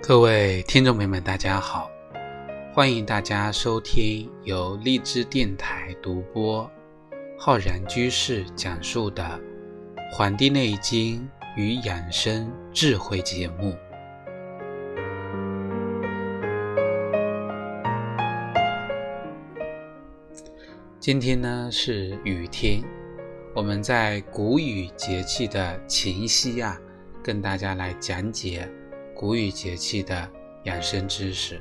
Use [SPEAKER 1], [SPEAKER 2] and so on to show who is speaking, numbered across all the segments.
[SPEAKER 1] 各位听众朋友们大家好，欢迎大家收听由荔枝电台独播浩然居士讲述的《黄帝内经与养生智慧》节目。今天呢是雨天，我们在谷雨节气的前夕跟大家来讲解谷雨节气的养生知识。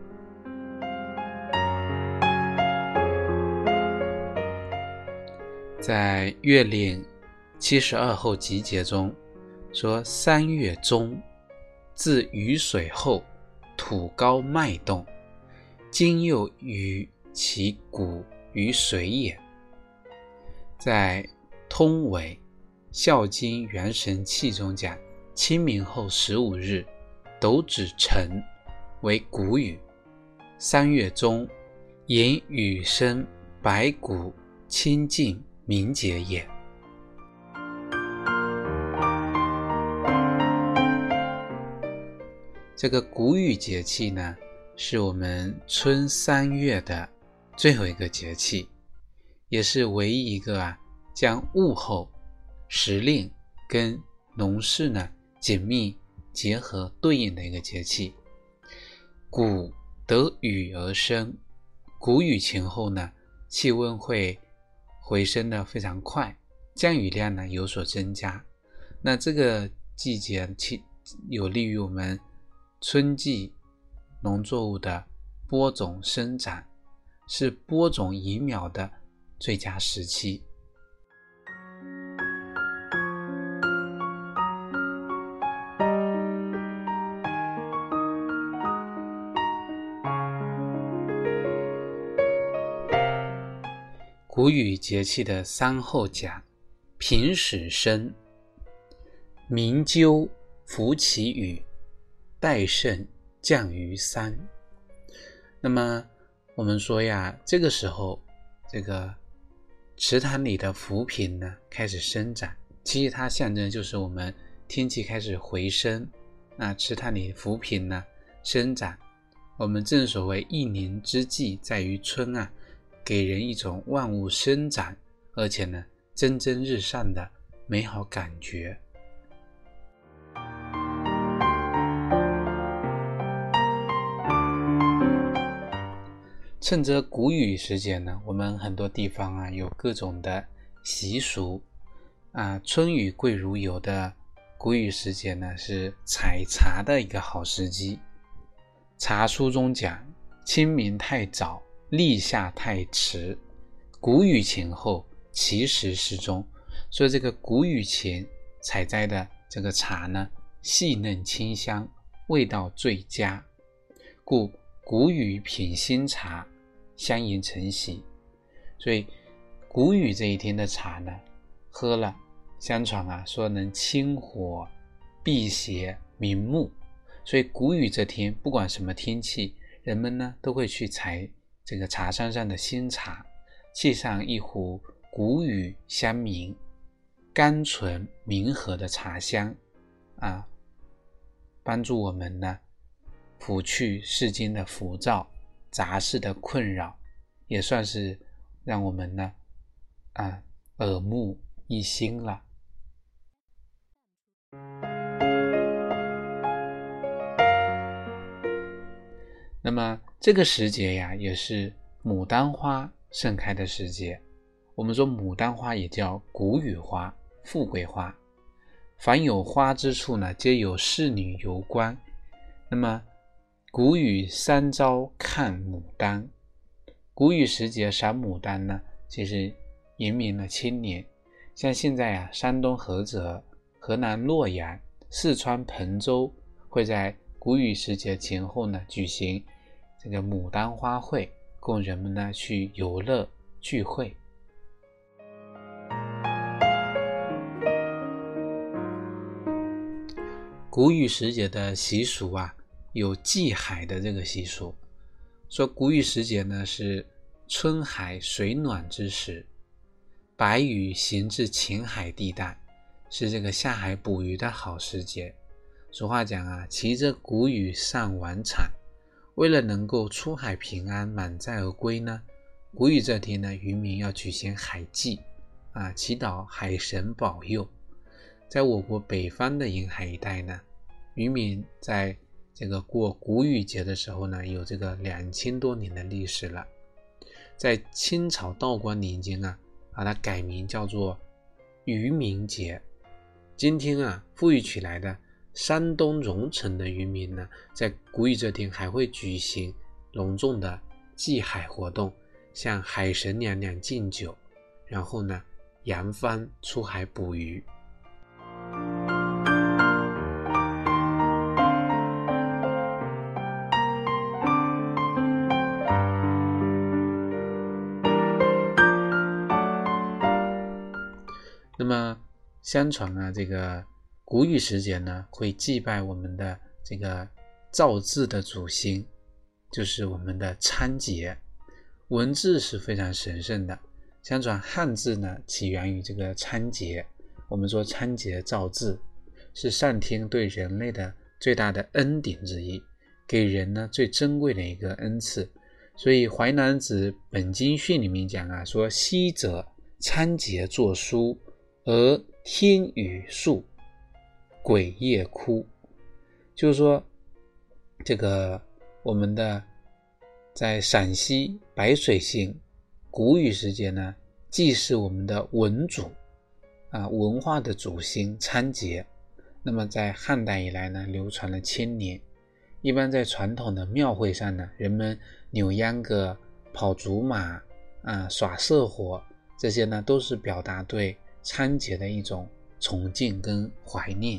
[SPEAKER 1] 在月令72候集节中说，3月中自雨水后，土高脉动，今又于其谷于水也。在通纬孝经元神气中讲，清明后15日斗指辰为谷雨，3月中言雨生百谷清净明洁也。这个谷雨节气呢，是我们春3月的最后一个节气，也是唯一一个将物候、时令跟农事呢紧密结合对应的一个节气。谷得雨而生，谷雨前后呢，气温会回升的非常快，降雨量呢有所增加。那这个季节有利于我们春季农作物的播种生长，是播种移苗的最佳时期。谷雨节气的3候讲，平始生，鸣鸠伏其羽，待盛降于3。那么我们说这个时候这个池塘里的浮萍呢开始生长，其实它象征就是我们天气开始回升，那池塘里浮萍呢生长。我们正所谓一年之计在于春给人一种万物生长，而且呢蒸蒸日上的美好感觉。趁着谷雨时节呢，我们很多地方有各种的习俗春雨贵如油的谷雨时节呢，是采茶的一个好时机。茶书中讲，清明太早，立夏太迟，谷雨前后，其时适中。所以这个谷雨前采摘的这个茶呢，细嫩清香，味道最佳，故谷雨品新茶，相迎成喜。所以谷雨这一天的茶呢，喝了相传说能清火辟邪明目。所以谷雨这天不管什么天气，人们呢都会去采这个茶山上的新茶，沏上一壶谷雨香茗、甘醇明和的茶香帮助我们呢抚去世间的浮躁、杂事的困扰，也算是让我们呢耳目一新了。那么这个时节也是牡丹花盛开的时节。我们说牡丹花也叫谷雨花、富贵花，凡有花之处呢，皆有仕女游观。那么谷雨3朝看牡丹，谷雨时节赏牡丹呢，其实延绵了千年。像现在山东菏泽、河南洛阳、四川彭州会在谷雨时节前后呢举行这个牡丹花会，供人们呢去游乐聚会。谷雨时节的习俗有祭海的这个习俗，说谷雨时节呢是春海水暖之时，白鱼行至浅海地带，是这个下海捕鱼的好时节。 俗话讲啊，骑着谷雨上晚产。为了能够出海平安满载而归呢，谷雨这天呢，渔民要举行海祭祈祷海神保佑。在我国北方的沿海一带呢，渔民在这个过谷雨节的时候呢，有这个2000多年的历史了。在清朝道光年间把它改名叫做渔民节。今天富裕起来的山东荣成的渔民呢，在谷雨这天还会举行隆重的祭海活动，向海神娘娘敬酒，然后呢扬帆出海捕鱼。那么相传这个谷雨时节呢，会祭拜我们的这个造字的祖先，就是我们的仓颉。文字是非常神圣的，相传汉字呢起源于这个仓颉。我们说仓颉造字是上天对人类的最大的恩典之一，给人呢最珍贵的一个恩赐。所以淮南子本经训里面讲说昔者仓颉作书，而天雨粟，鬼夜哭。就是说这个我们的在陕西白水县谷雨时节呢，祭祀我们的文主文化的祖先仓颉。那么在汉代以来呢，流传了1000年。一般在传统的庙会上呢，人们扭秧歌、跑竹马耍社火，这些呢都是表达对仓颉的一种崇敬跟怀念。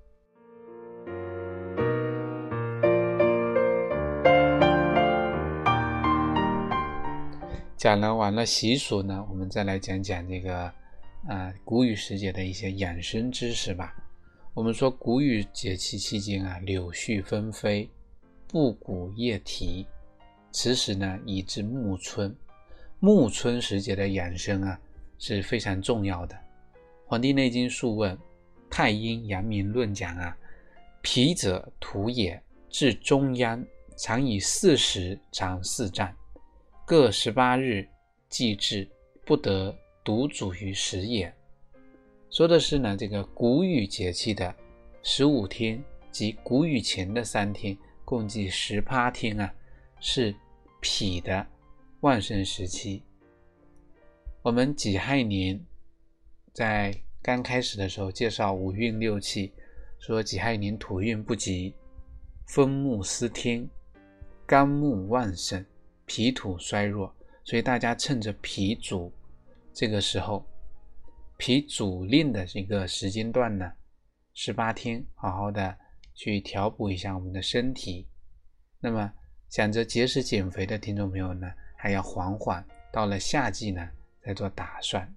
[SPEAKER 1] 讲了完了习俗呢，我们再来讲讲这个谷雨时节的一些养生知识吧。我们说谷雨节气期间柳絮纷飞，布谷叶啼，此时呢已至暮春。暮春时节的养生是非常重要的。黄帝内经述问太阴阳明论讲脾者土也，至中央，常以40长4战，各18日祭至，不得独主于时也。说的是呢，这个谷雨节气的15天及谷雨前的3天，共计18天是脾的旺盛时期。我们己亥年在刚开始的时候介绍5运6气，说己亥年土运不及，风木司天，肝木旺盛，脾土衰弱，所以大家趁着脾主这个时候，脾主令的这个时间段呢，18天好好的去调补一下我们的身体。那么想着节食减肥的听众朋友呢，还要缓缓，到了夏季呢再做打算。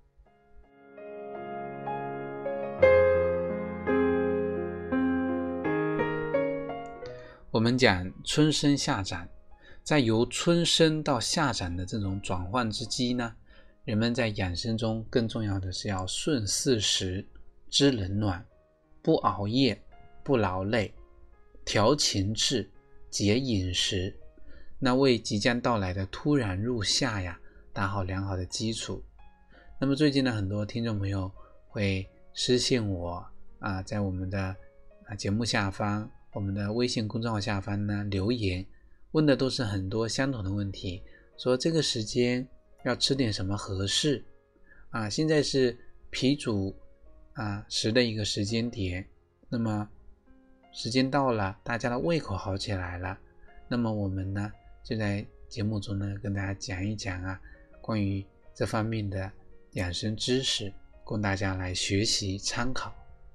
[SPEAKER 1] 我们讲春生夏长，在由春生到夏长的这种转换之机呢，人们在养生中更重要的是要顺四时，知冷暖，不熬夜，不劳累，调情志，节饮食，那为即将到来的突然入夏打好良好的基础。那么最近呢，很多听众朋友会私信我在我们的节目下方，我们的微信公众号下方呢留言，问的都是很多相同的问题，说这个时间要吃点什么合适现在是脾主时的一个时间点，那么时间到了，大家的胃口好起来了，那么我们呢就在节目中呢跟大家讲一讲关于这方面的养生知识，供大家来学习参考。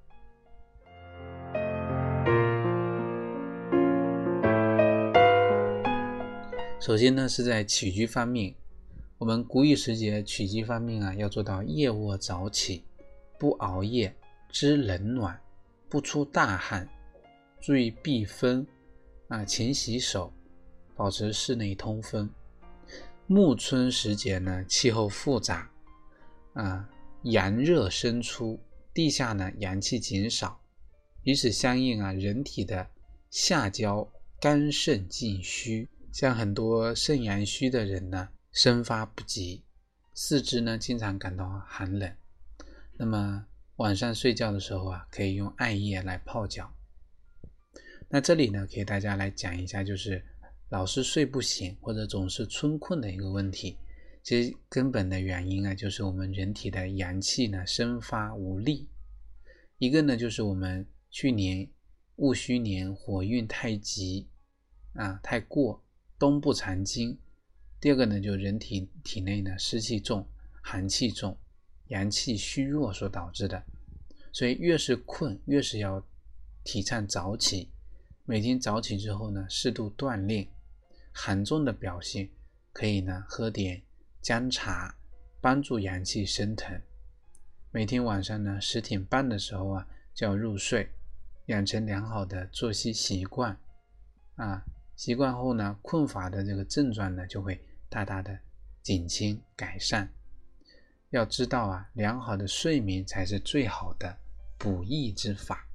[SPEAKER 1] 首先呢是在起居方面，我们谷雨时节起居方面要做到夜卧早起，不熬夜，知冷暖，不出大汗，注意避风勤洗手，保持室内通风。暮春时节呢，气候复杂阳热生出，地下呢阳气减少， 与此相应啊，人体的下焦肝肾尽虚，像很多肾阳虚的人呢，生发不及，四肢呢经常感到寒冷。那么晚上睡觉的时候啊，可以用艾叶来泡脚。那这里呢，给大家来讲一下，就是老是睡不醒或者总是春困的一个问题。其实根本的原因啊，就是我们人体的阳气呢生发无力。一个呢，就是我们去年戊戌年火运太急太过，冬不藏精。第二个呢，就人体内呢湿气重，寒气重，阳气虚弱所导致的。所以越是困，越是要提倡早起。每天早起之后呢，适度锻炼。寒重的表现可以呢喝点姜茶，帮助阳气升腾。每天晚上呢10点半的时候啊就要入睡，养成良好的作息习惯习惯后呢，困乏的这个症状呢就会大大的减轻改善。要知道啊，良好的睡眠才是最好的补益之法。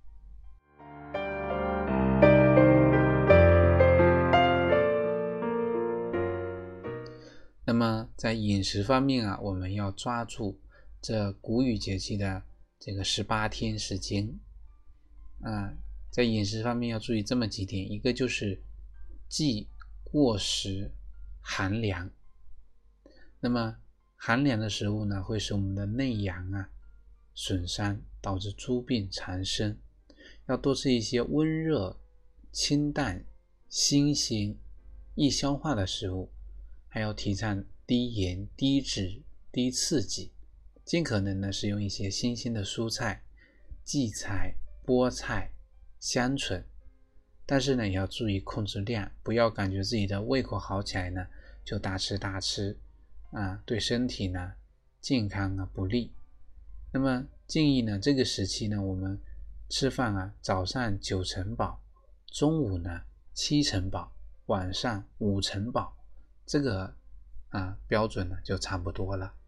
[SPEAKER 1] 那么在饮食方面啊，我们要抓住这谷雨节气的这个18天时间在饮食方面要注意这么几点。一个就是忌过食寒凉。那么寒凉的食物呢，会使我们的内阳损伤，导致诸病缠身。要多吃一些温热、清淡、新鲜、易消化的食物，还要提倡低盐、低脂、低刺激，尽可能呢使用一些新鲜的蔬菜、荠菜、菠菜、香椿。但是呢也要注意控制量，不要感觉自己的胃口好起来呢就大吃对身体呢健康不利。那么建议呢这个时期呢，我们吃饭早上9成饱，中午呢7成饱，晚上5成饱，这个标准呢就差不多了。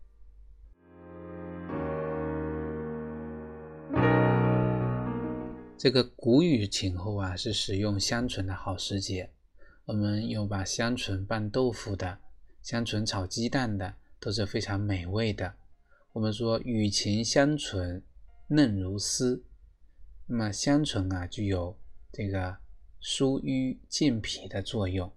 [SPEAKER 1] 这个谷雨前后是食用香椿的好时节。我们有把香椿拌豆腐的，香椿炒鸡蛋的，都是非常美味的。我们说雨前香椿嫩如丝。那么香椿具有这个疏瘀健脾的作用。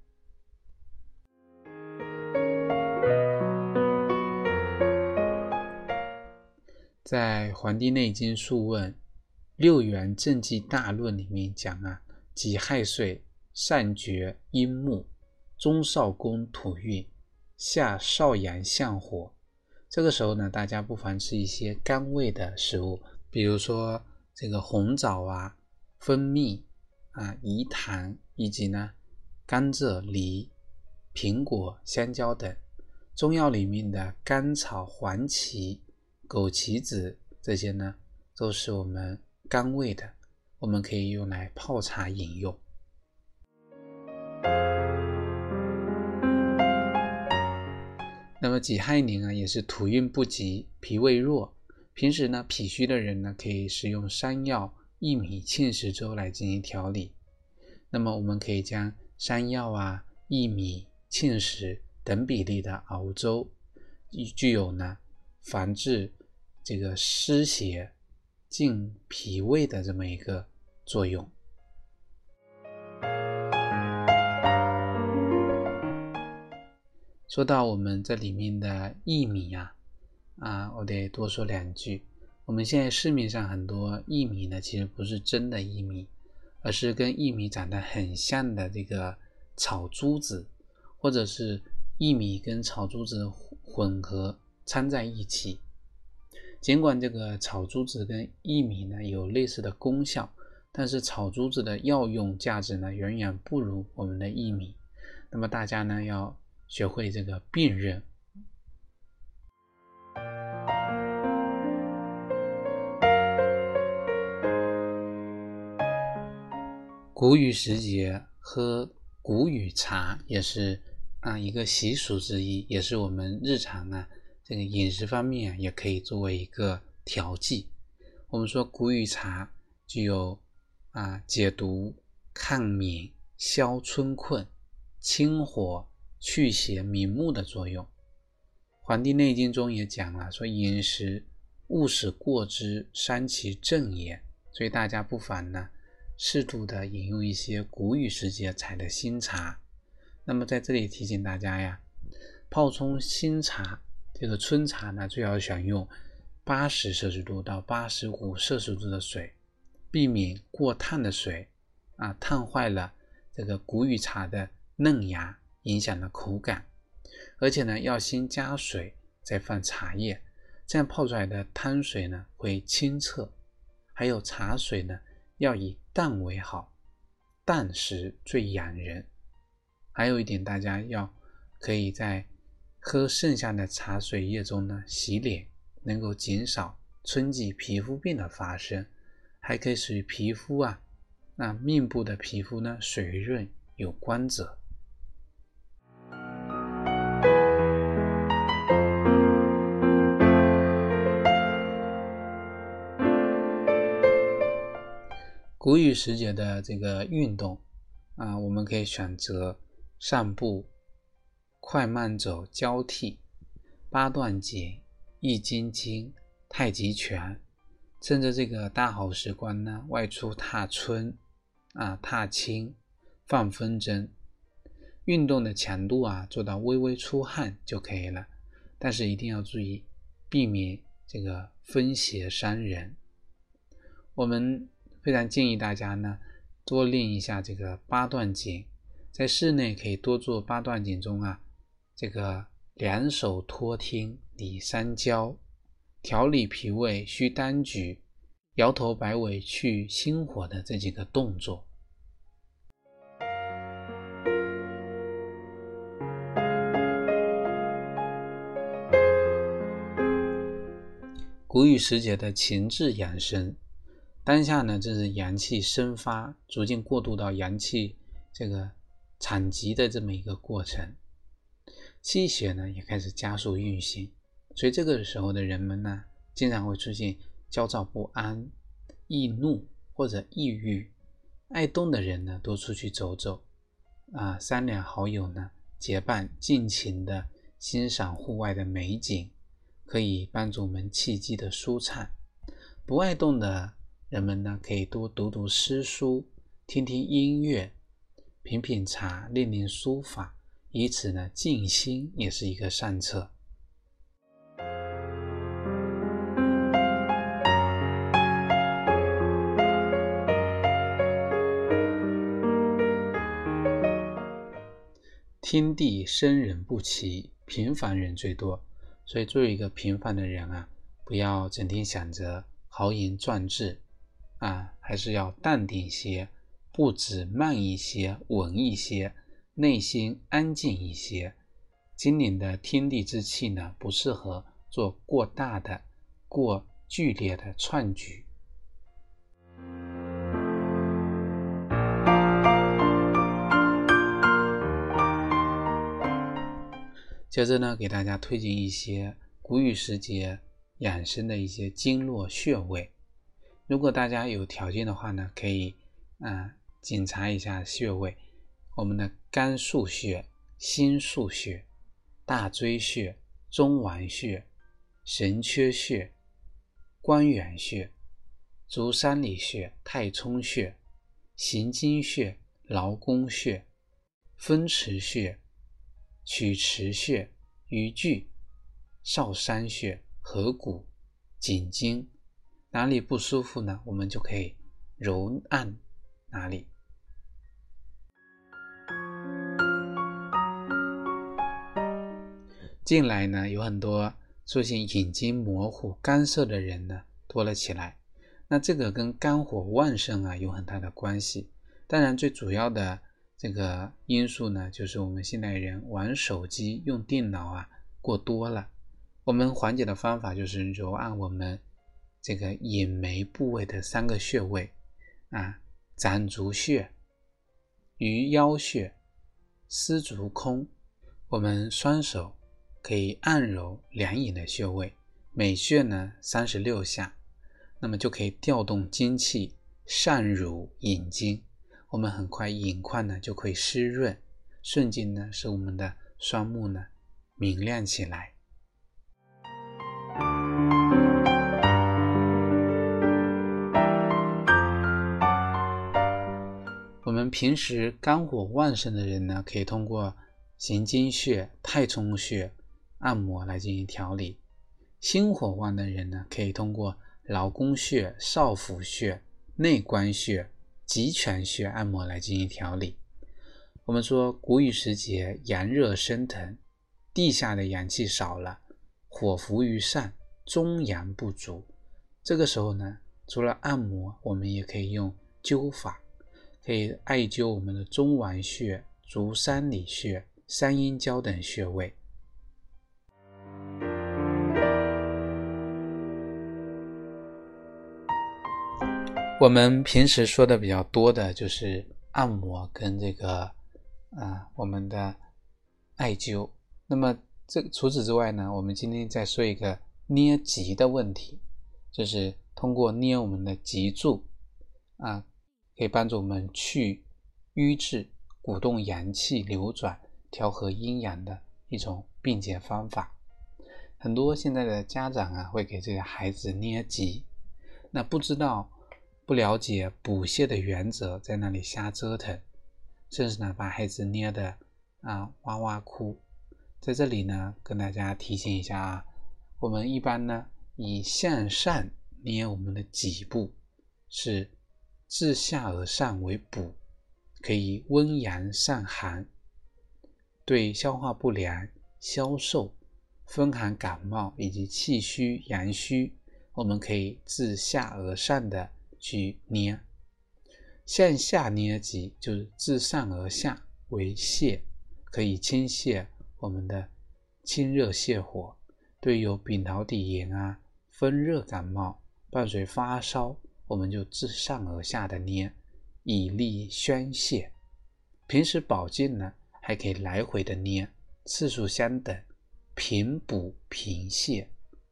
[SPEAKER 1] 在《黄帝内经·素问·六元正纪大论》里面讲己亥岁上厥阴木，中少宫土运，下少阳相火。这个时候呢，大家不妨吃一些甘味的食物，比如说这个红枣蜂蜜饴糖，以及呢甘蔗、梨、苹果、香蕉等。中药里面的甘草、黄芪、枸杞子这些呢都是我们甘味的，我们可以用来泡茶饮用。那么己亥年也是土运不及，脾胃弱。平时呢脾虚的人呢可以使用山药、薏米芡实粥来进行调理。那么我们可以将山药薏米、芡实等比例的熬粥，具有呢防治这个湿邪、静脾胃的这么一个作用。说到我们这里面的薏米我得多说两句。我们现在市面上很多薏米呢，其实不是真的薏米，而是跟薏米长得很像的这个草珠子，或者是薏米跟草珠子混合掺在一起。尽管这个草珠子跟薏米呢有类似的功效，但是草珠子的药用价值呢远远不如我们的薏米。那么大家呢要学会这个辨认。谷雨时节喝谷雨茶也是一个习俗之一，也是我们日常这个饮食方面也可以作为一个调剂。我们说谷雨茶具有解毒、抗敏、消春困、清火、去邪、明目的作用。黄帝内经中也讲了，说饮食勿使过之，伤其正也。所以大家不妨呢适度的饮用一些谷雨时节采的新茶。那么在这里提醒大家呀，泡冲新茶这个春茶呢，最好选用80摄氏度到85摄氏度的水，避免过烫的水烫坏了这个谷雨茶的嫩芽，影响了口感。而且呢要先加水再放茶叶，这样泡出来的汤水呢会清澈。还有茶水呢要以淡为好，淡时最养人。还有一点，大家可以在喝剩下的茶水液中呢洗脸，能够减少春季皮肤病的发生，还可以使皮肤面部的皮肤呢水润有光泽。谷雨时节的这个运动我们可以选择散步、快慢走交替、八段锦、易筋经、太极拳，趁着这个大好时光呢外出踏春踏青、放风筝。运动的强度做到微微出汗就可以了，但是一定要注意避免这个风邪伤人。我们非常建议大家呢多练一下这个八段锦，在室内可以多做八段锦中这个两手托天理三焦，调理脾胃虚单举，摇头摆尾去心火的这几个动作。谷雨时节的情志养生，当下呢正是阳气生发，逐渐过渡到阳气这个产极的这么一个过程，气血呢也开始加速运行，所以这个时候的人们呢经常会出现焦躁不安、易怒或者抑郁。爱动的人呢多出去走走三两好友呢结伴尽情的欣赏户外的美景，可以帮助我们气机的舒畅。不爱动的人们呢可以多读读诗书，听听音乐，品品茶，练练书法，以此呢静心也是一个善策。天地生人不齐，平凡人最多，所以作为一个平凡的人不要整天想着豪言壮志还是要淡定些，步子慢一些，稳一些，内心安静一些。今年的天地之气呢不适合做过大的、过剧烈的创举。接着呢给大家推荐一些谷雨时节养生的一些经络穴位。如果大家有条件的话呢，可以检查一下穴位。我们的肝腧穴、心腧穴、大椎穴、中脘穴、神阙穴、关元穴、足三里穴、太冲穴、行经穴、劳宫穴、风池穴、曲池穴、鱼距、少山穴、合谷、颈经。哪里不舒服呢，我们就可以揉按哪里。近来呢有很多出现眼睛模糊、干涩的人呢多了起来，那这个跟肝火旺盛有很大的关系。当然最主要的这个因素呢就是我们现代人玩手机用电脑过多了。我们缓解的方法就是揉按我们这个眼眉部位的3个穴位攒竹穴、鱼腰穴、丝竹空。我们双手可以按揉两眼的穴位，每穴呢36下，那么就可以调动精气， 善乳引经，我们很快饮块呢就会湿润，瞬间呢使我们的双目呢明亮起来。我们平时肝火旺盛的人呢，可以通过行经穴、太冲穴按摩来进行调理；心火旺的人呢，可以通过劳宫穴、少府穴、内关穴、极泉穴按摩来进行调理。我们说谷雨时节阳热升腾，地下的阳气少了，火浮于上，中阳不足。这个时候呢，除了按摩，我们也可以用灸法，可以艾灸我们的中脘穴、足三里穴、三阴交等穴位。我们平时说的比较多的就是按摩跟这个我们的艾灸。那么除此之外呢，我们今天再说一个捏脊的问题，就是通过捏我们的脊柱可以帮助我们去瘀滞、鼓动阳气流转、调和阴阳的一种并解方法。很多现在的家长会给这个孩子捏脊，那不了解补泻的原则，在那里瞎折腾，甚至呢把孩子捏的哇哇哭。在这里呢跟大家提醒一下我们一般呢以向上捏我们的脊部，是自下而上为补，可以温阳散寒，对消化不良、消瘦、风寒感冒以及气虚阳虚，我们可以自下而上的去捏。向下捏脊就是自上而下为泻，可以清泻我们的清热泻火。对有扁桃体炎风热感冒伴随发烧，我们就自上而下的捏，以利宣泄。平时保健呢，还可以来回的捏，次数相等，平补平泻。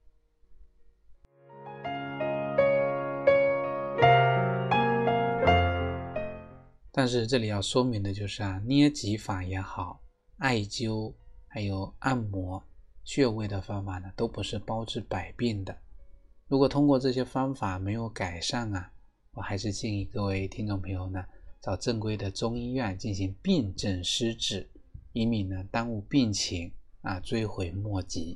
[SPEAKER 1] 但是这里要说明的就是捏脊法也好，艾灸还有按摩穴位的方法呢，都不是包治百病的。如果通过这些方法没有改善我还是建议各位听众朋友呢，找正规的中医院进行病症施治，以免呢耽误病情追悔莫及。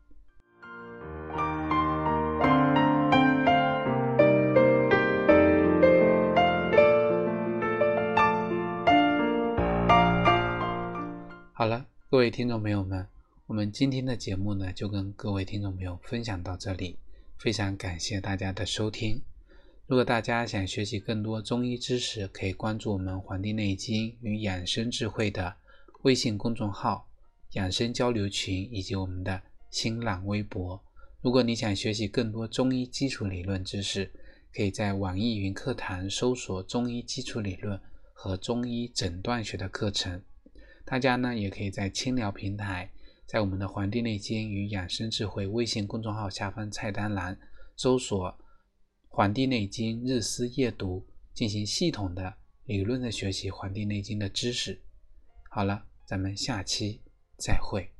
[SPEAKER 1] 好了，各位听众朋友们，我们今天的节目呢就跟各位听众朋友分享到这里，非常感谢大家的收听。如果大家想学习更多中医知识，可以关注我们黄帝内经与养生智慧的微信公众号、养生交流群以及我们的新浪微博。如果你想学习更多中医基础理论知识，可以在网易云课堂搜索中医基础理论和中医诊断学的课程。大家呢也可以在轻聊平台，在我们的黄帝内经与养生智慧微信公众号下方菜单栏搜索黄帝内经日思夜读，进行系统的理论的学习黄帝内经的知识。好了，咱们下期再会。